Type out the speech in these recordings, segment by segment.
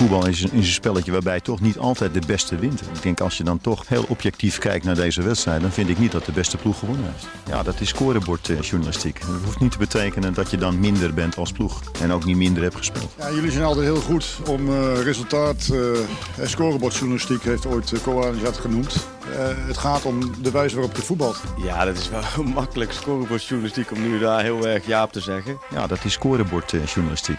Voetbal is een spelletje waarbij toch niet altijd de beste wint. Ik denk als je dan toch heel objectief kijkt naar deze wedstrijd, dan vind ik niet dat de beste ploeg gewonnen heeft. Ja, dat is scorebordjournalistiek. Dat hoeft niet te betekenen dat je dan minder bent als ploeg en ook niet minder hebt gespeeld. Ja, jullie zijn altijd heel goed om resultaat. Scorebordjournalistiek heeft ooit Koan dat genoemd. Het gaat om de wijze waarop je voetbalt. Ja, dat is wel makkelijk scorebordjournalistiek om nu daar heel erg ja op te zeggen. Ja, dat is scorebordjournalistiek.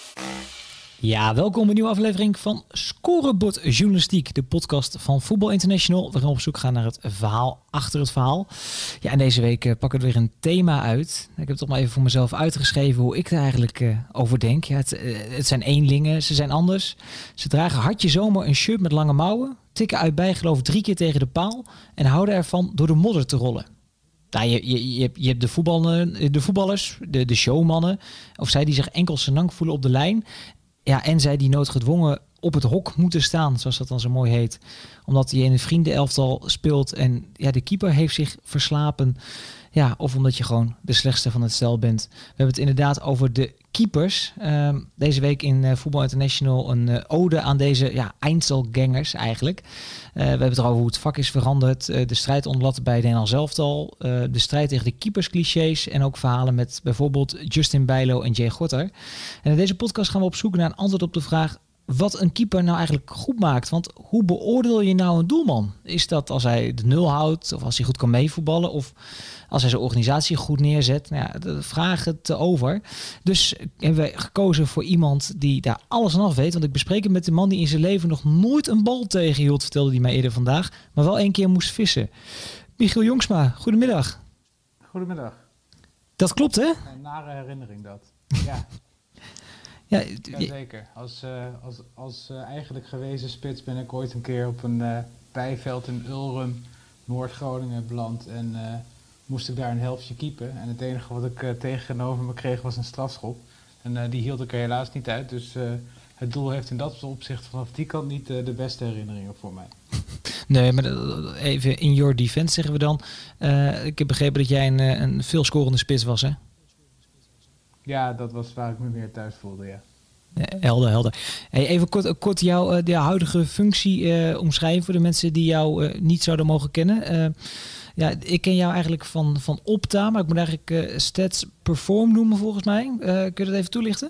Ja, welkom bij een nieuwe aflevering van Scorebord Journalistiek, de podcast van Voetbal International, waarin we op zoek gaan naar het verhaal achter het verhaal. Ja, en deze week pakken we weer een thema uit. Ik heb het toch maar even voor mezelf uitgeschreven hoe ik er eigenlijk over denk. Ja, het zijn eenlingen, ze zijn anders. Ze dragen hartje zomer een shirt met lange mouwen, tikken uit bijgeloof 3 keer tegen de paal en houden ervan door de modder te rollen. Nou, je hebt de voetballers, de showmannen, of zij die zich enkel senang voelen op de lijn. Ja, en zij die noodgedwongen op het hok moeten staan, zoals dat dan zo mooi heet. Omdat hij in een vriendenelftal speelt en ja, de keeper heeft zich verslapen. Ja, of omdat je gewoon de slechtste van het stel bent. We hebben het inderdaad over de keepers. Deze week in Voetbal International een ode aan deze Einzelgangers eigenlijk. We hebben het erover hoe het vak is veranderd. De strijd ontlat bij Nederlands elftal. De strijd tegen de keepersclichés. En ook verhalen met bijvoorbeeld Justin Bijlo en Jay Gorter. En in deze podcast gaan we op zoek naar een antwoord op de vraag wat een keeper nou eigenlijk goed maakt. Want hoe beoordeel je nou een doelman? Is dat als hij de nul houdt of als hij goed kan meevoetballen of als hij zijn organisatie goed neerzet? Nou ja, vraag het over. Dus hebben we gekozen voor iemand die daar alles aan af weet. Want ik bespreek het met de man die in zijn leven nog nooit een bal tegenhield, vertelde hij mij eerder vandaag, maar wel 1 keer moest vissen. Michiel Jongsma, goedemiddag. Goedemiddag. Dat klopt, hè? Een nare herinnering dat. Ja. Ja, zeker. Als eigenlijk gewezen spits ben ik ooit een keer op een bijveld in Ulrum, Noord-Groningen beland en moest ik daar een helftje keepen. En het enige wat ik tegenover me kreeg was een strafschop. En die hield ik er helaas niet uit. Dus het doel heeft in dat opzicht vanaf die kant niet de beste herinneringen voor mij. Nee, maar even in your defense zeggen we dan. Ik heb begrepen dat jij een veel scorende spits was, hè? Ja, dat was waar ik me meer thuis voelde, ja. Helder. Hey, even kort jouw huidige functie omschrijven voor de mensen die jou niet zouden mogen kennen. Ik ken jou eigenlijk van Opta, maar ik moet eigenlijk Stats Perform noemen volgens mij. Kun je dat even toelichten?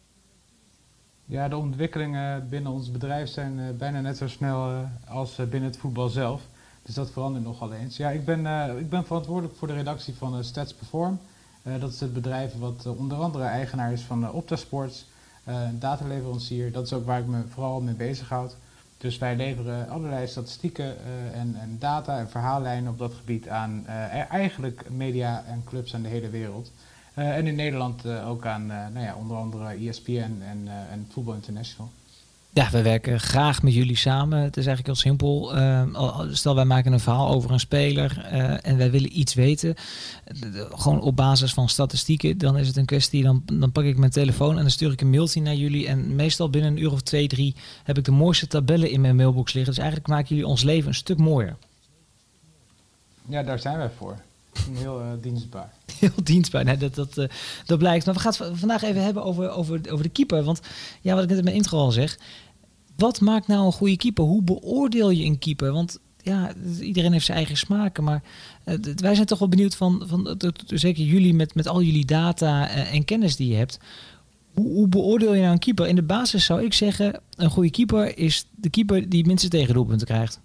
Ja, de ontwikkelingen binnen ons bedrijf zijn bijna net zo snel als binnen het voetbal zelf. Dus dat verandert nogal eens. Ja, ik ben verantwoordelijk voor de redactie van Stats Perform. Dat is het bedrijf wat onder andere eigenaar is van Opta Sports, een dataleverancier. Dat is ook waar ik me vooral mee bezighoud. Dus wij leveren allerlei statistieken en data en verhaallijnen op dat gebied aan eigenlijk media en clubs aan de hele wereld. En in Nederland ook aan onder andere ESPN en Voetbal International. Ja, we werken graag met jullie samen. Het is eigenlijk heel simpel. Stel, wij maken een verhaal over een speler en wij willen iets weten. Gewoon op basis van statistieken. Dan is het een kwestie, dan pak ik mijn telefoon en dan stuur ik een mailtje naar jullie. En meestal binnen een uur of 2, 3 heb ik de mooiste tabellen in mijn mailbox liggen. Dus eigenlijk maken jullie ons leven een stuk mooier. Ja, daar zijn wij voor. Heel dienstbaar. Heel dienstbaar, nee, dat blijkt. Maar we gaan het vandaag even hebben over de keeper. Want ja, wat ik net in mijn intro al zeg. Wat maakt nou een goede keeper? Hoe beoordeel je een keeper? Want ja, iedereen heeft zijn eigen smaken. Maar wij zijn toch wel benieuwd van zeker jullie met al jullie data en kennis die je hebt. Hoe beoordeel je nou een keeper? In de basis zou ik zeggen, een goede keeper is de keeper die minstens tegendoelpunten krijgt.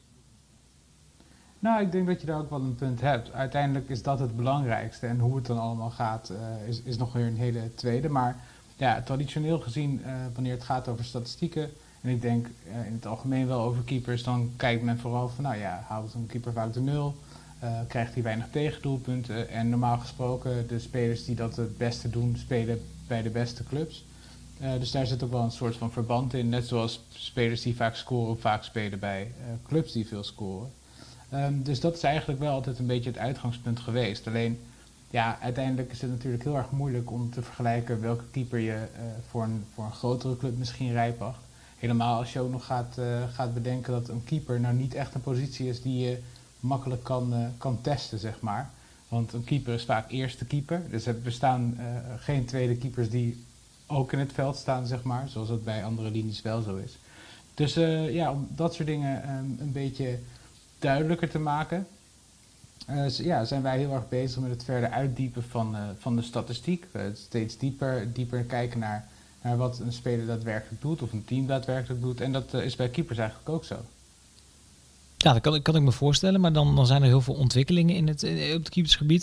Nou, ik denk dat je daar ook wel een punt hebt. Uiteindelijk is dat het belangrijkste. En hoe het dan allemaal gaat, is nog weer een hele tweede. Maar ja, traditioneel gezien, wanneer het gaat over statistieken, en ik denk in het algemeen wel over keepers, dan kijkt men vooral van, houdt een keeper vaak de nul? Krijgt hij weinig tegendoelpunten? En normaal gesproken, de spelers die dat het beste doen, spelen bij de beste clubs. Dus daar zit ook wel een soort van verband in. Net zoals spelers die vaak scoren, vaak spelen bij clubs die veel scoren. Dus dat is eigenlijk wel altijd een beetje het uitgangspunt geweest. Alleen, ja, uiteindelijk is het natuurlijk heel erg moeilijk om te vergelijken welke keeper je voor een grotere club misschien rijp acht. Helemaal als je ook nog gaat bedenken dat een keeper nou niet echt een positie is die je makkelijk kan testen, zeg maar. Want een keeper is vaak eerste keeper. Dus er bestaan geen tweede keepers die ook in het veld staan, zeg maar. Zoals dat bij andere linies wel zo is. Dus om dat soort dingen een beetje duidelijker te maken, zijn wij heel erg bezig met het verder uitdiepen van de statistiek. Steeds dieper kijken naar wat een speler daadwerkelijk doet of een team daadwerkelijk doet. En dat is bij keepers eigenlijk ook zo. Ja, dat kan ik me voorstellen, maar dan zijn er heel veel ontwikkelingen op het keepersgebied.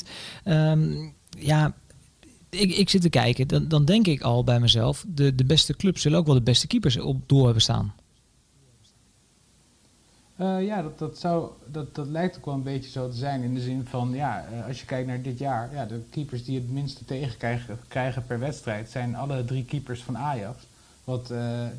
Ik zit te kijken, dan denk ik al bij mezelf, de beste clubs zullen ook wel de beste keepers op doel hebben staan. Dat lijkt ook wel een beetje zo te zijn in de zin van, als je kijkt naar dit jaar, de keepers die het minste krijgen per wedstrijd zijn alle 3 keepers van Ajax. Wat,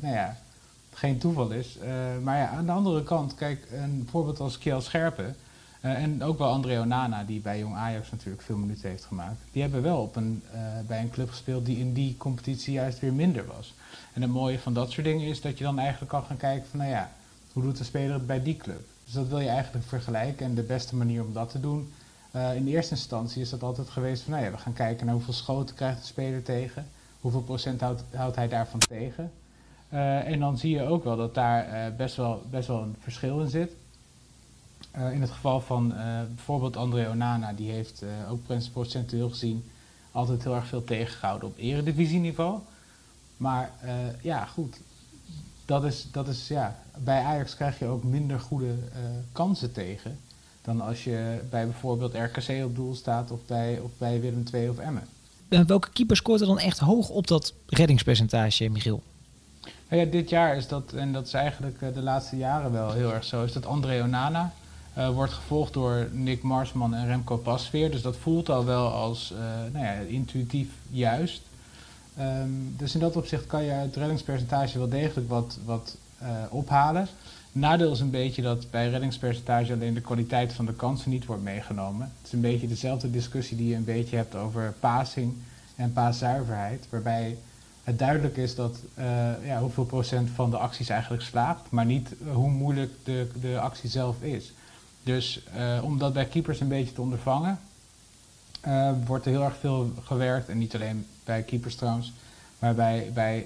geen toeval is. Maar aan de andere kant, kijk, een voorbeeld als Kjell Scherpen en ook wel André Onana, die bij Jong Ajax natuurlijk veel minuten heeft gemaakt. Die hebben wel bij een club gespeeld die in die competitie juist weer minder was. En het mooie van dat soort dingen is dat je dan eigenlijk kan gaan kijken van, hoe doet de speler het bij die club? Dus dat wil je eigenlijk vergelijken. En de beste manier om dat te doen, in de eerste instantie is dat altijd geweest van, we gaan kijken naar hoeveel schoten krijgt de speler tegen. Hoeveel procent houdt hij daarvan tegen. En dan zie je ook wel dat daar best wel een verschil in zit. In het geval van bijvoorbeeld André Onana, die heeft ook procentueel gezien altijd heel erg veel tegengehouden op eredivisieniveau. Maar goed, dat is bij Ajax krijg je ook minder goede kansen tegen dan als je bij bijvoorbeeld RKC op doel staat of bij Willem II of Emmen. Welke keeper scoort er dan echt hoog op dat reddingspercentage, Michiel? Dit jaar is dat, en dat is eigenlijk de laatste jaren wel heel erg zo, is dat André Onana wordt gevolgd door Nick Marsman en Remco Pasveer. Dus dat voelt al wel als intuïtief juist. Dus in dat opzicht kan je het reddingspercentage wel degelijk wat ophalen. Het nadeel is een beetje dat bij reddingspercentage alleen de kwaliteit van de kansen niet wordt meegenomen. Het is een beetje dezelfde discussie die je een beetje hebt over passing en paaszuiverheid. Waarbij het duidelijk is dat hoeveel procent van de acties eigenlijk slaagt, maar niet hoe moeilijk de actie zelf is. Dus om dat bij keepers een beetje te ondervangen, wordt er heel erg veel gewerkt. En niet alleen bij keepers trouwens, maar bij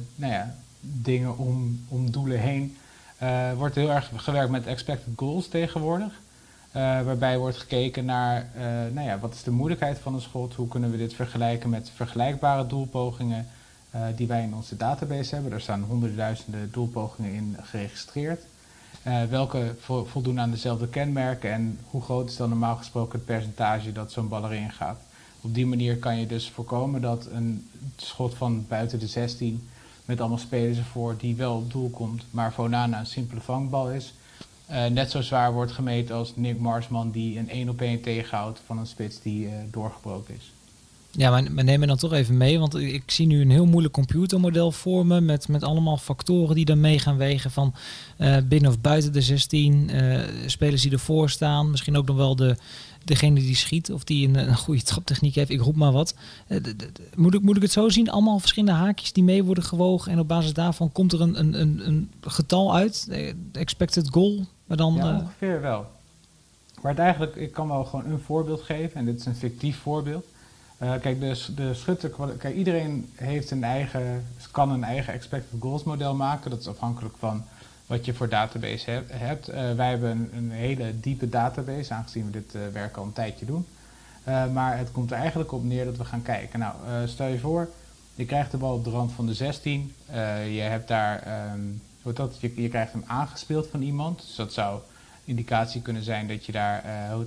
dingen om doelen heen. Wordt heel erg gewerkt met expected goals tegenwoordig. Waarbij wordt gekeken naar wat is de moeilijkheid van een schot, hoe kunnen we dit vergelijken met vergelijkbare doelpogingen die wij in onze database hebben. Er staan honderdduizenden doelpogingen in geregistreerd. Welke voldoen aan dezelfde kenmerken en hoe groot is dan normaal gesproken het percentage dat zo'n bal erin gaat. Op die manier kan je dus voorkomen dat een schot van buiten de 16 met allemaal spelers ervoor die wel op doel komt, maar voor Onana een simpele vangbal is, net zo zwaar wordt gemeten als Nick Marsman die een 1-op-1 tegenhoudt van een spits die doorgebroken is. Ja, maar neem me dan toch even mee, want ik zie nu een heel moeilijk computermodel voor me met allemaal factoren die dan mee gaan wegen van binnen of buiten de 16, spelers die ervoor staan, misschien ook nog wel degene die schiet of die een goede traptechniek heeft, ik roep maar wat. Moet ik het zo zien? Allemaal verschillende haakjes die mee worden gewogen en op basis daarvan komt er een getal uit, expected goal, maar dan... Ja, ongeveer wel. Maar het eigenlijk, ik kan wel gewoon een voorbeeld geven en dit is een fictief voorbeeld. Kijk, de schutter, iedereen kan een eigen expected goals model maken. Dat is afhankelijk van wat je voor database hebt. Wij hebben een hele diepe database, aangezien we dit werk al een tijdje doen. Maar het komt er eigenlijk op neer dat we gaan kijken. Nou, stel je voor, je krijgt de bal op de rand van de 16. Je hebt daar, je krijgt hem aangespeeld van iemand. Dus dat zou indicatie kunnen zijn dat je daar,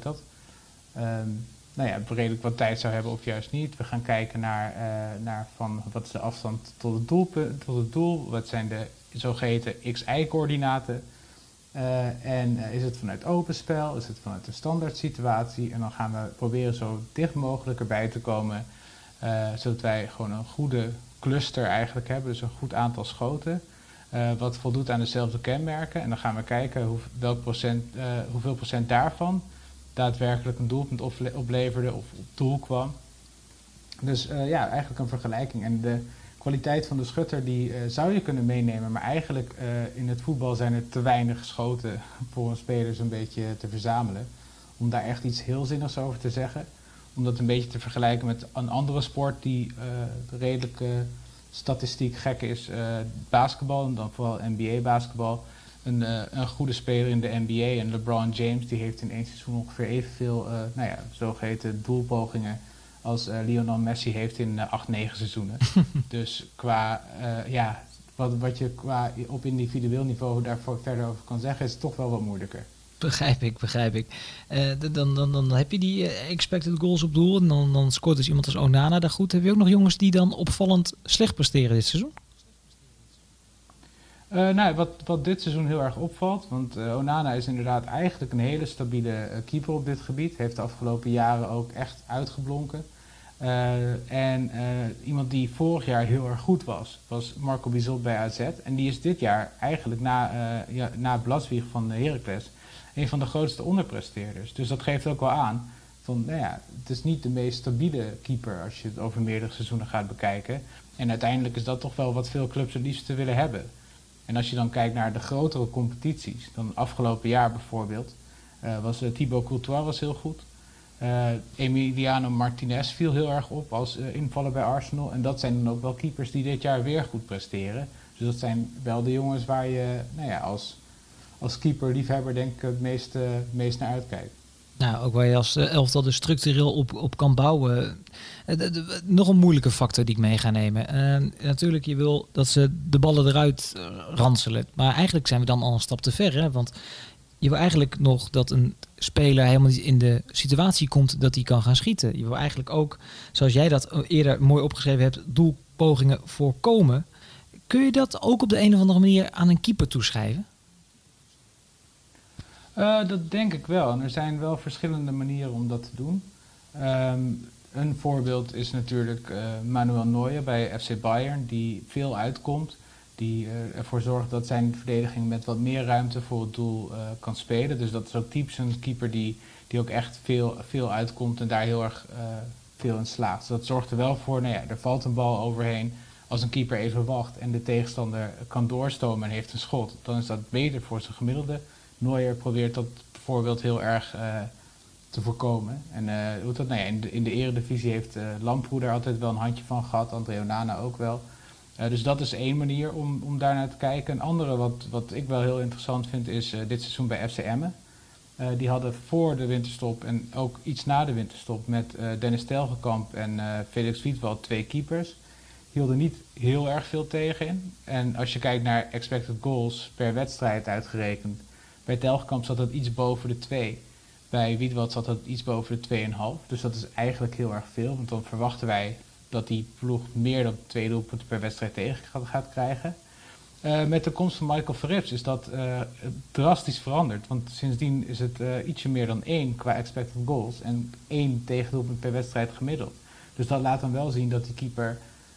redelijk wat tijd zou hebben of juist niet. We gaan kijken naar van wat is de afstand tot het doel, wat zijn de zogeheten XY-coördinaten. En is het vanuit open spel, is het vanuit een standaard situatie. En dan gaan we proberen zo dicht mogelijk erbij te komen, zodat wij gewoon een goede cluster eigenlijk hebben, dus een goed aantal schoten. Wat voldoet aan dezelfde kenmerken. En dan gaan we kijken hoeveel procent daarvan daadwerkelijk een doelpunt opleverde of op doel kwam. Dus eigenlijk een vergelijking. En de kwaliteit van de schutter die zou je kunnen meenemen, maar eigenlijk in het voetbal zijn er te weinig schoten voor een speler zo'n beetje te verzamelen. Om daar echt iets heel zinnigs over te zeggen. Om dat een beetje te vergelijken met een andere sport die redelijk statistiek gek is basketbal, en dan vooral NBA-basketbal. Een goede speler in de NBA, en LeBron James, die heeft in één seizoen ongeveer evenveel zogeheten doelpogingen als Lionel Messi heeft in 8-9 seizoenen. Dus qua wat je op individueel niveau daarvoor verder over kan zeggen, is het toch wel wat moeilijker. Begrijp ik. Dan heb je die expected goals op doel. En dan scoort dus iemand als Onana daar goed. Heb je ook nog jongens die dan opvallend slecht presteren dit seizoen? Wat dit seizoen heel erg opvalt, want Onana is inderdaad eigenlijk een hele stabiele keeper op dit gebied. Heeft de afgelopen jaren ook echt uitgeblonken. Iemand die vorig jaar heel erg goed was Marco Bizot bij AZ. En die is dit jaar eigenlijk na Blaswieg van Heracles een van de grootste onderpresteerders. Dus dat geeft ook wel aan van, het is niet de meest stabiele keeper als je het over meerdere seizoenen gaat bekijken. En uiteindelijk is dat toch wel wat veel clubs het liefst willen hebben. En als je dan kijkt naar de grotere competities, dan afgelopen jaar bijvoorbeeld, was Thibaut Courtois heel goed. Emiliano Martinez viel heel erg op als invaller bij Arsenal. En dat zijn dan ook wel keepers die dit jaar weer goed presteren. Dus dat zijn wel de jongens waar je als keeper-liefhebber denk ik het meest naar uitkijkt. Nou, ook waar je als elftal dus structureel op kan bouwen. Nog een moeilijke factor die ik mee ga nemen. Natuurlijk, je wil dat ze de ballen eruit ranselen. Maar eigenlijk zijn we dan al een stap te ver. Hè? Want je wil eigenlijk nog dat een speler helemaal niet in de situatie komt dat hij kan gaan schieten. Je wil eigenlijk ook, zoals jij dat eerder mooi opgeschreven hebt, doelpogingen voorkomen. Kun je dat ook op de een of andere manier aan een keeper toeschrijven? Dat denk ik wel. En er zijn wel verschillende manieren om dat te doen. Een voorbeeld is natuurlijk Manuel Neuer bij FC Bayern, die veel uitkomt. Die ervoor zorgt dat zijn verdediging met wat meer ruimte voor het doel kan spelen. Dus dat is ook typisch een keeper die ook echt veel uitkomt en daar heel erg veel in slaagt. Dus dat zorgt er wel voor, er valt een bal overheen. Als een keeper even wacht en de tegenstander kan doorstomen en heeft een schot, dan is dat beter voor zijn gemiddelde. Neuer probeert dat bijvoorbeeld heel erg te voorkomen. En in de eredivisie heeft Lamproe daar altijd wel een handje van gehad, André Onana ook wel. Dus dat is één manier om daar naar te kijken. Een andere wat ik wel heel interessant vind is dit seizoen bij FC Emmen. Die hadden voor de winterstop en ook iets na de winterstop met Dennis Telgekamp en Felix Wiedwald 2 keepers. Hielden niet heel erg veel tegen in. En als je kijkt naar expected goals per wedstrijd uitgerekend, bij Telgekamp zat dat iets boven de 2. Bij Wiedwald zat dat iets boven de 2,5. Dus dat is eigenlijk heel erg veel. Want dan verwachten wij dat die ploeg meer dan 2 doelpunten per wedstrijd tegen gaat krijgen. Met de komst van Michael Verrips is dat drastisch veranderd. Want sindsdien is het ietsje meer dan 1 qua expected goals. En 1 tegendoelpunt per wedstrijd gemiddeld. Dus dat laat dan wel zien dat die keeper,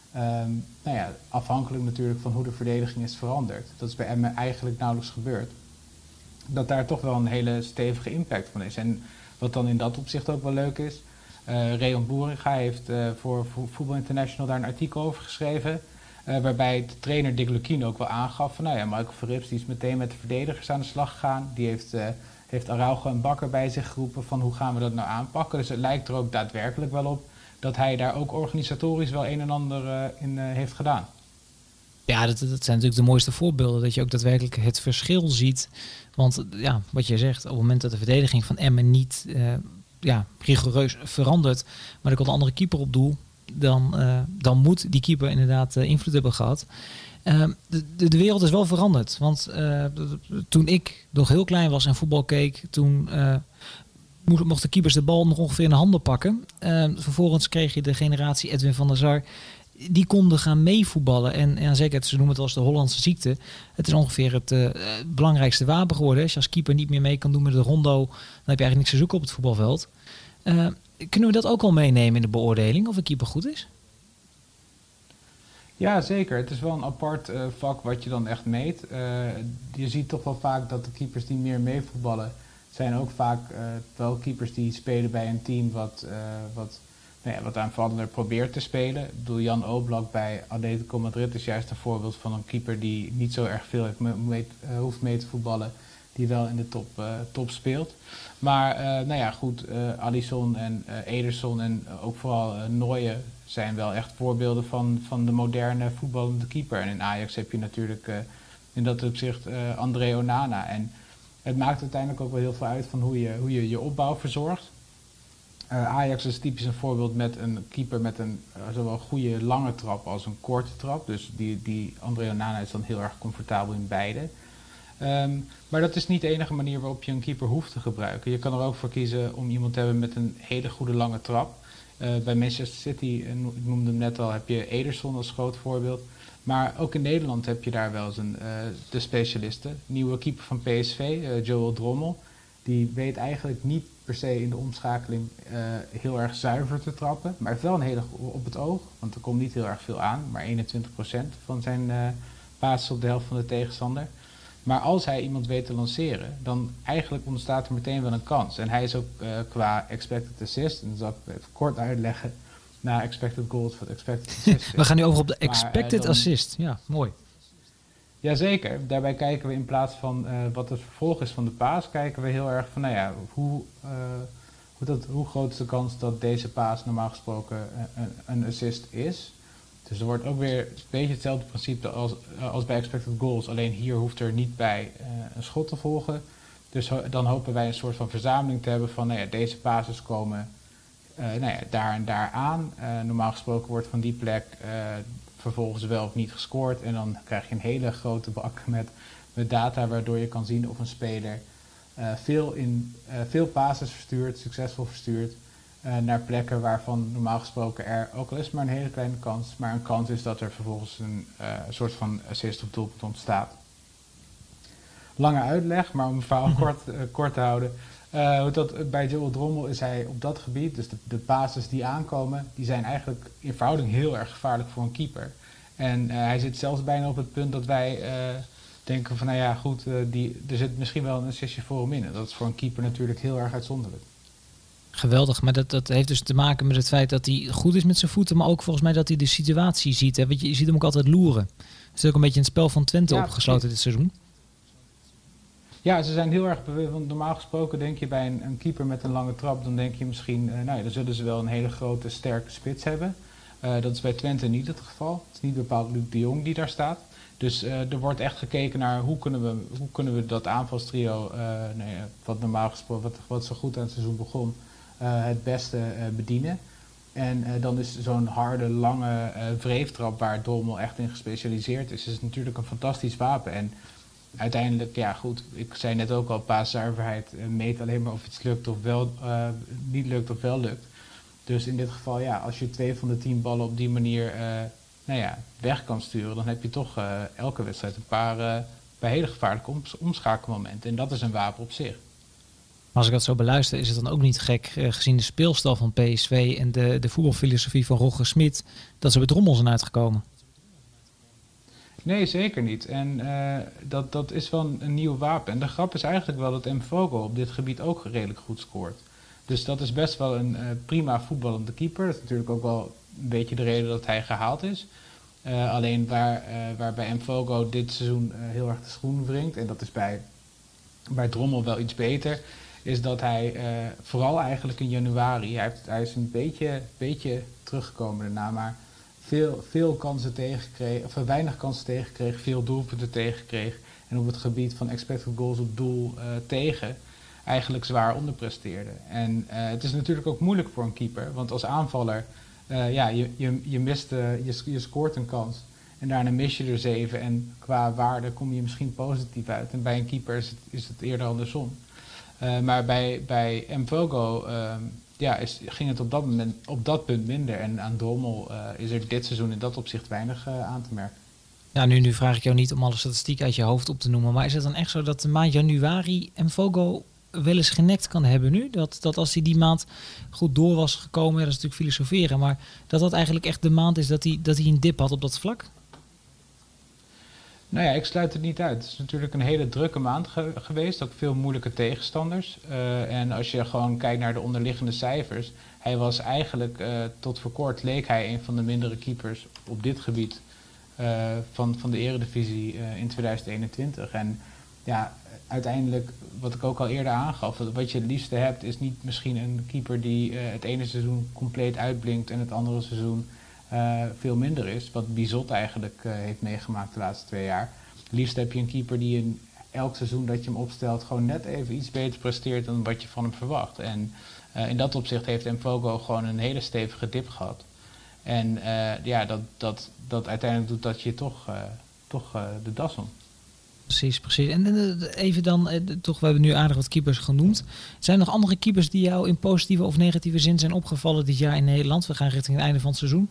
afhankelijk natuurlijk van hoe de verdediging is veranderd. Dat is bij Emmen eigenlijk nauwelijks gebeurd. Dat daar toch wel een hele stevige impact van is. En wat dan in dat opzicht ook wel leuk is, Reon Boeringa heeft voor Voetbal International daar een artikel over geschreven, waarbij de trainer Dick Lukien ook wel aangaf van, Michael Verrips die is meteen met de verdedigers aan de slag gegaan. Die heeft Araujo en Bakker bij zich geroepen van hoe gaan we dat nou aanpakken. Dus het lijkt er ook daadwerkelijk wel op dat hij daar ook organisatorisch wel een en ander in heeft gedaan. Ja, dat zijn natuurlijk de mooiste voorbeelden. Dat je ook daadwerkelijk het verschil ziet. Want wat je zegt, op het moment dat de verdediging van Emmen niet rigoureus verandert, maar er komt een andere keeper op doel, dan moet die keeper inderdaad invloed hebben gehad. De wereld is wel veranderd. Want toen ik nog heel klein was en voetbal keek, toen mochten keepers de bal nog ongeveer in de handen pakken. Vervolgens kreeg je de generatie Edwin van der Sar. Die konden gaan meevoetballen. En zeker, ze noemen het wel eens de Hollandse ziekte. Het is ongeveer het belangrijkste wapen geworden. Als je als keeper niet meer mee kan doen met de rondo, dan heb je eigenlijk niks te zoeken op het voetbalveld. Kunnen we dat ook al meenemen in de beoordeling of een keeper goed is? Ja, zeker. Het is wel een apart vak wat je dan echt meet. Je ziet toch wel vaak dat de keepers die meer meevoetballen, zijn ook vaak wel keepers die spelen bij een team wat aanvallender probeert te spelen. Ik bedoel, Jan Oblak bij Atletico Madrid is juist een voorbeeld van een keeper die niet zo erg veel hoeft mee te voetballen. die wel in de top speelt. Maar goed, Alisson en Ederson en ook vooral Neuer zijn wel echt voorbeelden van de moderne voetballende keeper. En in Ajax heb je natuurlijk in dat opzicht André Onana. En het maakt uiteindelijk ook wel heel veel uit van hoe je opbouw verzorgt. Ajax is typisch een voorbeeld met een keeper met een zowel goede lange trap als een korte trap. Dus die André Onana is dan heel erg comfortabel in beide. Maar dat is niet de enige manier waarop je een keeper hoeft te gebruiken. Je kan er ook voor kiezen om iemand te hebben met een hele goede lange trap. Bij Manchester City, ik noemde hem net al, heb je Ederson als groot voorbeeld. Maar ook in Nederland heb je daar wel eens de specialisten. Nieuwe keeper van PSV, Joel Drommel. Die weet eigenlijk niet per se in de omschakeling heel erg zuiver te trappen. Maar hij heeft wel een hele op het oog, want er komt niet heel erg veel aan. Maar 21% van zijn passes op de helft van de tegenstander. Maar als hij iemand weet te lanceren, dan eigenlijk ontstaat er meteen wel een kans. En hij is ook qua expected assist, en dat zal ik even kort uitleggen, na expected goals wat expected assist. We gaan nu over op de expected assist. Ja, mooi. Jazeker. Daarbij kijken we in plaats van wat het vervolg is van de paas, kijken we heel erg van, hoe groot is de kans dat deze paas normaal gesproken een assist is. Dus er wordt ook weer een beetje hetzelfde principe als bij expected goals. Alleen hier hoeft er niet bij een schot te volgen. Dus dan hopen wij een soort van verzameling te hebben van deze passes komen daar en daar aan. Normaal gesproken wordt van die plek vervolgens wel of niet gescoord. En dan krijg je een hele grote bak met data waardoor je kan zien of een speler veel passes verstuurt, succesvol verstuurt. Naar plekken waarvan normaal gesproken er, ook al is maar een hele kleine kans, maar een kans is dat er vervolgens een soort van assist op doelpunt ontstaat. Lange uitleg, maar om het verhaal kort te houden. Bij Joel Drommel is hij op dat gebied, dus de passes die aankomen, die zijn eigenlijk in verhouding heel erg gevaarlijk voor een keeper. En hij zit zelfs bijna op het punt dat wij denken van er zit misschien wel een assistje voor hem in. En dat is voor een keeper natuurlijk heel erg uitzonderlijk. Geweldig, maar dat heeft dus te maken met het feit dat hij goed is met zijn voeten, maar ook volgens mij dat hij de situatie ziet. Hè? Want je ziet hem ook altijd loeren. Het is ook een beetje een spel van Twente opgesloten dit seizoen. Ja, ze zijn heel erg bewust. Want normaal gesproken denk je bij een keeper met een lange trap, dan denk je misschien, dan zullen ze wel een hele grote, sterke spits hebben. Dat is bij Twente niet het geval. Het is niet bepaald Luc de Jong die daar staat. Dus er wordt echt gekeken naar hoe kunnen we dat aanvalstrio, wat normaal gesproken, wat zo goed aan het seizoen begon, het beste bedienen. En dan is zo'n harde, lange wreeftrap waar Drommel echt in gespecialiseerd is natuurlijk een fantastisch wapen. En uiteindelijk, ik zei net ook al, paaszuiverheid meet alleen maar of iets lukt of wel niet lukt of wel lukt. Dus in dit geval, als je 2 van de 10 ballen op die manier weg kan sturen, dan heb je toch elke wedstrijd een paar hele gevaarlijke omschakelmomenten. En dat is een wapen op zich. Maar als ik dat zo beluister, is het dan ook niet gek, gezien de speelstijl van PSV en de voetbalfilosofie van Roger Smit, dat ze bij Drommel zijn uitgekomen? Nee, zeker niet. En dat is wel een nieuw wapen. En de grap is eigenlijk wel dat Mvogo op dit gebied ook redelijk goed scoort. Dus dat is best wel een prima voetballende keeper. Dat is natuurlijk ook wel een beetje de reden dat hij gehaald is. Alleen waar bij Mvogo dit seizoen heel erg de schoen wringt, en dat is bij Drommel wel iets beter, is dat hij vooral eigenlijk in januari, hij is een beetje teruggekomen daarna, maar veel kansen tegenkreeg, of weinig kansen tegenkreeg, veel doelpunten tegenkreeg. En op het gebied van expected goals op doel tegen eigenlijk zwaar onderpresteerde. En het is natuurlijk ook moeilijk voor een keeper, want als aanvaller, je scoort een kans en daarna mis je er 7 en qua waarde kom je misschien positief uit. En bij een keeper is het eerder andersom. Maar bij Mvogo ging het op dat punt minder. En aan Drommel is er dit seizoen in dat opzicht weinig aan te merken. Ja, nu vraag ik jou niet om alle statistieken uit je hoofd op te noemen. Maar is het dan echt zo dat de maand januari Mvogo wel eens genekt kan hebben nu? Dat als hij die maand goed door was gekomen, dat is natuurlijk filosoferen, maar dat eigenlijk echt de maand is dat hij een dip had op dat vlak? Nou ja, ik sluit het niet uit. Het is natuurlijk een hele drukke maand geweest, ook veel moeilijke tegenstanders. En als je gewoon kijkt naar de onderliggende cijfers, hij was eigenlijk tot voor kort leek hij een van de mindere keepers op dit gebied van de Eredivisie in 2021. En uiteindelijk, wat ik ook al eerder aangaf, wat je het liefste hebt is niet misschien een keeper die het ene seizoen compleet uitblinkt en het andere seizoen veel minder is. Wat Bizot eigenlijk heeft meegemaakt de laatste 2 jaar. Het liefst heb je een keeper die in elk seizoen dat je hem opstelt gewoon net even iets beter presteert dan wat je van hem verwacht. En in dat opzicht heeft Mpogo gewoon een hele stevige dip gehad. En dat uiteindelijk doet dat je toch de das om. Precies. En even dan, toch, we hebben nu aardig wat keepers genoemd. Zijn er nog andere keepers die jou in positieve of negatieve zin zijn opgevallen dit jaar in Nederland? We gaan richting het einde van het seizoen.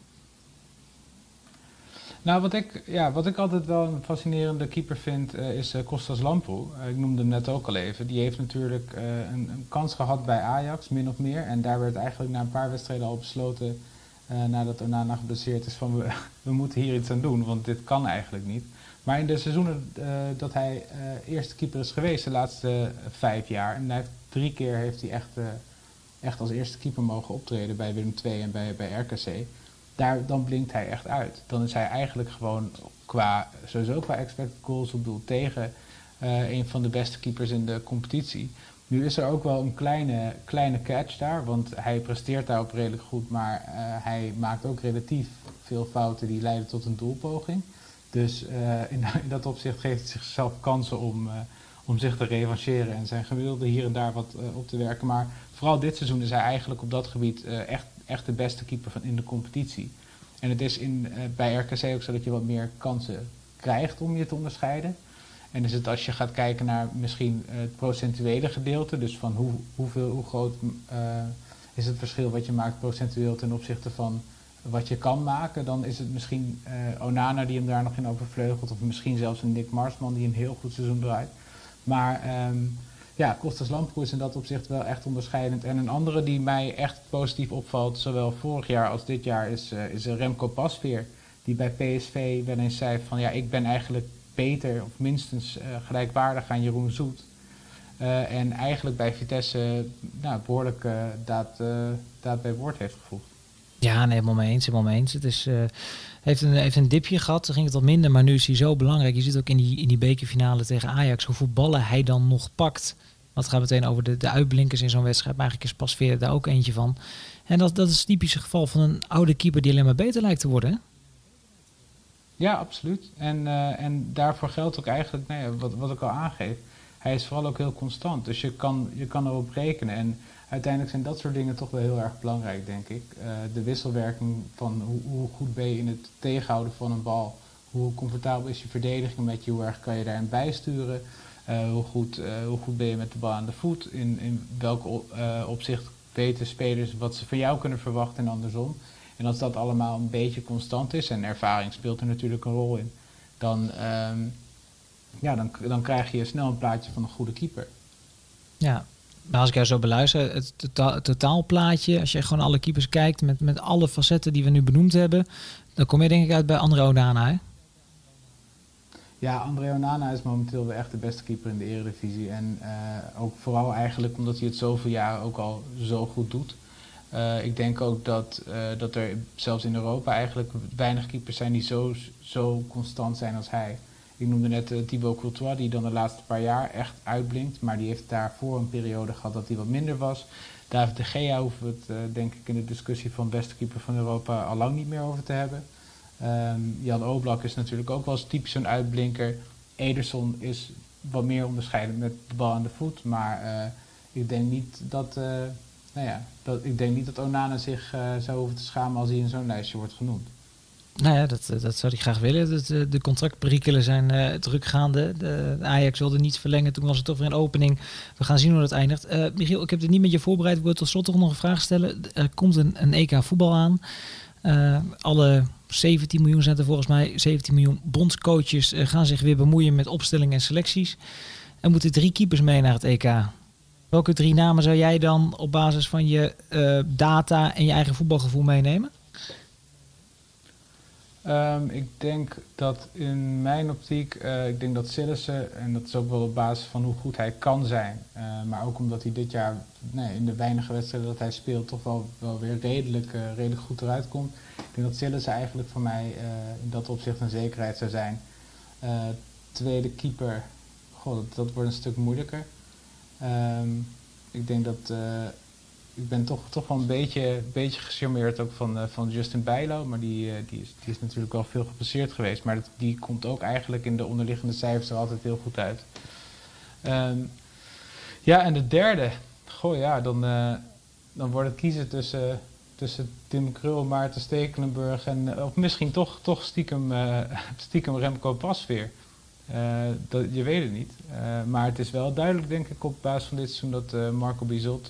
Nou, wat ik altijd wel een fascinerende keeper vind, is Kostas Lamproe. Ik noemde hem net ook al even. Die heeft natuurlijk een kans gehad bij Ajax, min of meer. En daar werd eigenlijk na een paar wedstrijden al besloten, nadat Onana geblesseerd is, van we moeten hier iets aan doen, want dit kan eigenlijk niet. Maar in de seizoenen dat hij eerste keeper is geweest, de laatste 5 jaar, en hij heeft 3 keer heeft hij echt als eerste keeper mogen optreden bij Willem II en bij RKC. Dan blinkt hij echt uit. Dan is hij eigenlijk gewoon sowieso qua expected goals op doel tegen een van de beste keepers in de competitie. Nu is er ook wel een kleine catch daar, want hij presteert daarop redelijk goed, maar hij maakt ook relatief veel fouten die leiden tot een doelpoging. Dus in dat opzicht geeft hij zichzelf kansen om zich te revancheren en zijn gemiddelde hier en daar wat op te werken. Maar vooral dit seizoen is hij eigenlijk op dat gebied echt de beste keeper in de competitie. En het is bij RKC ook zo dat je wat meer kansen krijgt om je te onderscheiden. En is het als je gaat kijken naar misschien het procentuele gedeelte, dus van hoe groot is het verschil wat je maakt procentueel ten opzichte van wat je kan maken, dan is het misschien Onana die hem daar nog in overvleugelt, of misschien zelfs een Nick Marsman die een heel goed seizoen draait. Maar Kostas Lamproe is in dat opzicht wel echt onderscheidend. En een andere die mij echt positief opvalt, zowel vorig jaar als dit jaar, is Remco Pasveer. Die bij PSV wel eens zei van ik ben eigenlijk beter of minstens gelijkwaardig aan Jeroen Zoet. En eigenlijk bij Vitesse behoorlijk daad bij woord heeft gevoegd. Ja, nee, helemaal mee eens. Het is, heeft een dipje gehad, toen ging het wat minder, maar nu is hij zo belangrijk. Je ziet ook in die bekerfinale tegen Ajax hoeveel ballen hij dan nog pakt. Want het gaat meteen over de uitblinkers in zo'n wedstrijd, maar eigenlijk is Pasveer daar ook eentje van. En dat is het typische geval van een oude keeper die alleen maar beter lijkt te worden, hè? Ja, absoluut. En daarvoor geldt ook eigenlijk, wat ik al aangeef, hij is vooral ook heel constant. Dus je kan erop rekenen. En uiteindelijk zijn dat soort dingen toch wel heel erg belangrijk, denk ik. De wisselwerking van hoe goed ben je in het tegenhouden van een bal. Hoe comfortabel is je verdediging met je, hoe erg kan je daarin bijsturen. Hoe goed ben je met de bal aan de voet. In welk opzicht weten spelers wat ze van jou kunnen verwachten en andersom. En als dat allemaal een beetje constant is, en ervaring speelt er natuurlijk een rol in, dan krijg je snel een plaatje van een goede keeper. Ja, maar als ik jou zo beluister, het totaalplaatje, als je gewoon alle keepers kijkt met alle facetten die we nu benoemd hebben, dan kom je denk ik uit bij André Onana, hè? Ja, André Onana is momenteel wel echt de beste keeper in de Eredivisie. En ook vooral eigenlijk omdat hij het zoveel jaar ook al zo goed doet. Ik denk ook dat er zelfs in Europa eigenlijk weinig keepers zijn die zo constant zijn als hij. Ik noemde net Thibaut Courtois, die dan de laatste paar jaar echt uitblinkt. Maar die heeft daarvoor een periode gehad dat hij wat minder was. David de Gea hoeven we het denk ik in de discussie van beste keeper van Europa al lang niet meer over te hebben. Jan Oblak is natuurlijk ook wel eens typisch zo'n uitblinker. Ederson is wat meer onderscheidend met de bal aan de voet. Maar ik denk niet dat Onana zich zou hoeven te schamen als hij in zo'n lijstje wordt genoemd. Nou ja, dat zou hij graag willen. De contractperikelen zijn druk gaande. De Ajax wilde niet verlengen. Toen was het toch weer een opening. We gaan zien hoe dat eindigt. Michiel, ik heb het niet met je voorbereid. Ik wil tot slot toch nog een vraag stellen. Er komt een EK voetbal aan. Alle 17 miljoen zijn er volgens mij. 17 miljoen bondscoaches gaan zich weer bemoeien met opstellingen en selecties. Er moeten 3 keepers mee naar het EK. Welke 3 namen zou jij dan op basis van je data en je eigen voetbalgevoel meenemen? Ik denk dat in mijn optiek, ik denk dat Sillissen, en dat is ook wel op basis van hoe goed hij kan zijn, maar ook omdat hij dit jaar in de weinige wedstrijden dat hij speelt toch wel weer redelijk goed eruit komt. Ik denk dat Sillissen eigenlijk voor mij in dat opzicht een zekerheid zou zijn. Tweede keeper, dat wordt een stuk moeilijker. Ik denk dat... ik ben toch wel een beetje gecharmeerd ook van Justin Bijlo. Maar die is natuurlijk wel veel gepasseerd geweest. Maar die komt ook eigenlijk in de onderliggende cijfers er altijd heel goed uit. En de derde. Dan wordt het kiezen tussen Tim Krul, Maarten Stekelenburg of misschien toch stiekem Remco Pasveer. Je weet het niet. Maar het is wel duidelijk, denk ik, op basis van dit seizoen dat Marco Bizot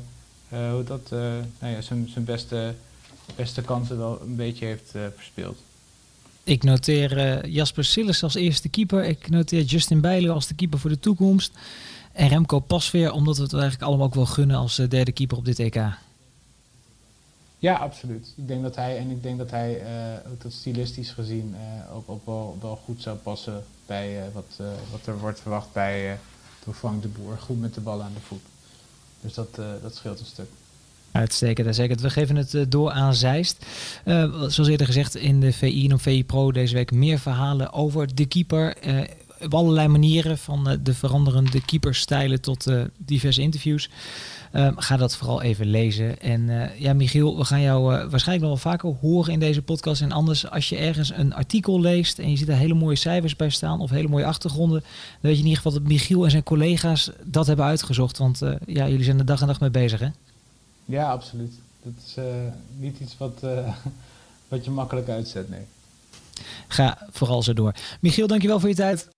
zijn beste kansen wel een beetje heeft verspeeld. Ik noteer Jasper Sillis als eerste keeper. Ik noteer Justin Bijlo als de keeper voor de toekomst. En Remco Pasveer, omdat we het eigenlijk allemaal ook wel gunnen als derde keeper op dit EK. Ja, absoluut. Ik denk dat hij ook dat stilistisch gezien ook wel goed zou passen bij wat er wordt verwacht door Frank de Boer. Goed met de bal aan de voet. Dus dat scheelt een stuk. Uitstekend, zeker. We geven het door aan Zeist. Zoals eerder gezegd in de VI en op VI Pro deze week meer verhalen over de keeper. Op allerlei manieren, van de veranderende keeperstijlen tot diverse interviews. Ga dat vooral even lezen. En Michiel, we gaan jou waarschijnlijk nog wel vaker horen in deze podcast. En anders, als je ergens een artikel leest en je ziet er hele mooie cijfers bij staan of hele mooie achtergronden, dan weet je in ieder geval dat Michiel en zijn collega's dat hebben uitgezocht. Want jullie zijn er dag en dag mee bezig, hè? Ja, absoluut. Dat is niet iets wat je makkelijk uitzet, nee. Ga vooral zo door. Michiel, dankjewel voor je tijd.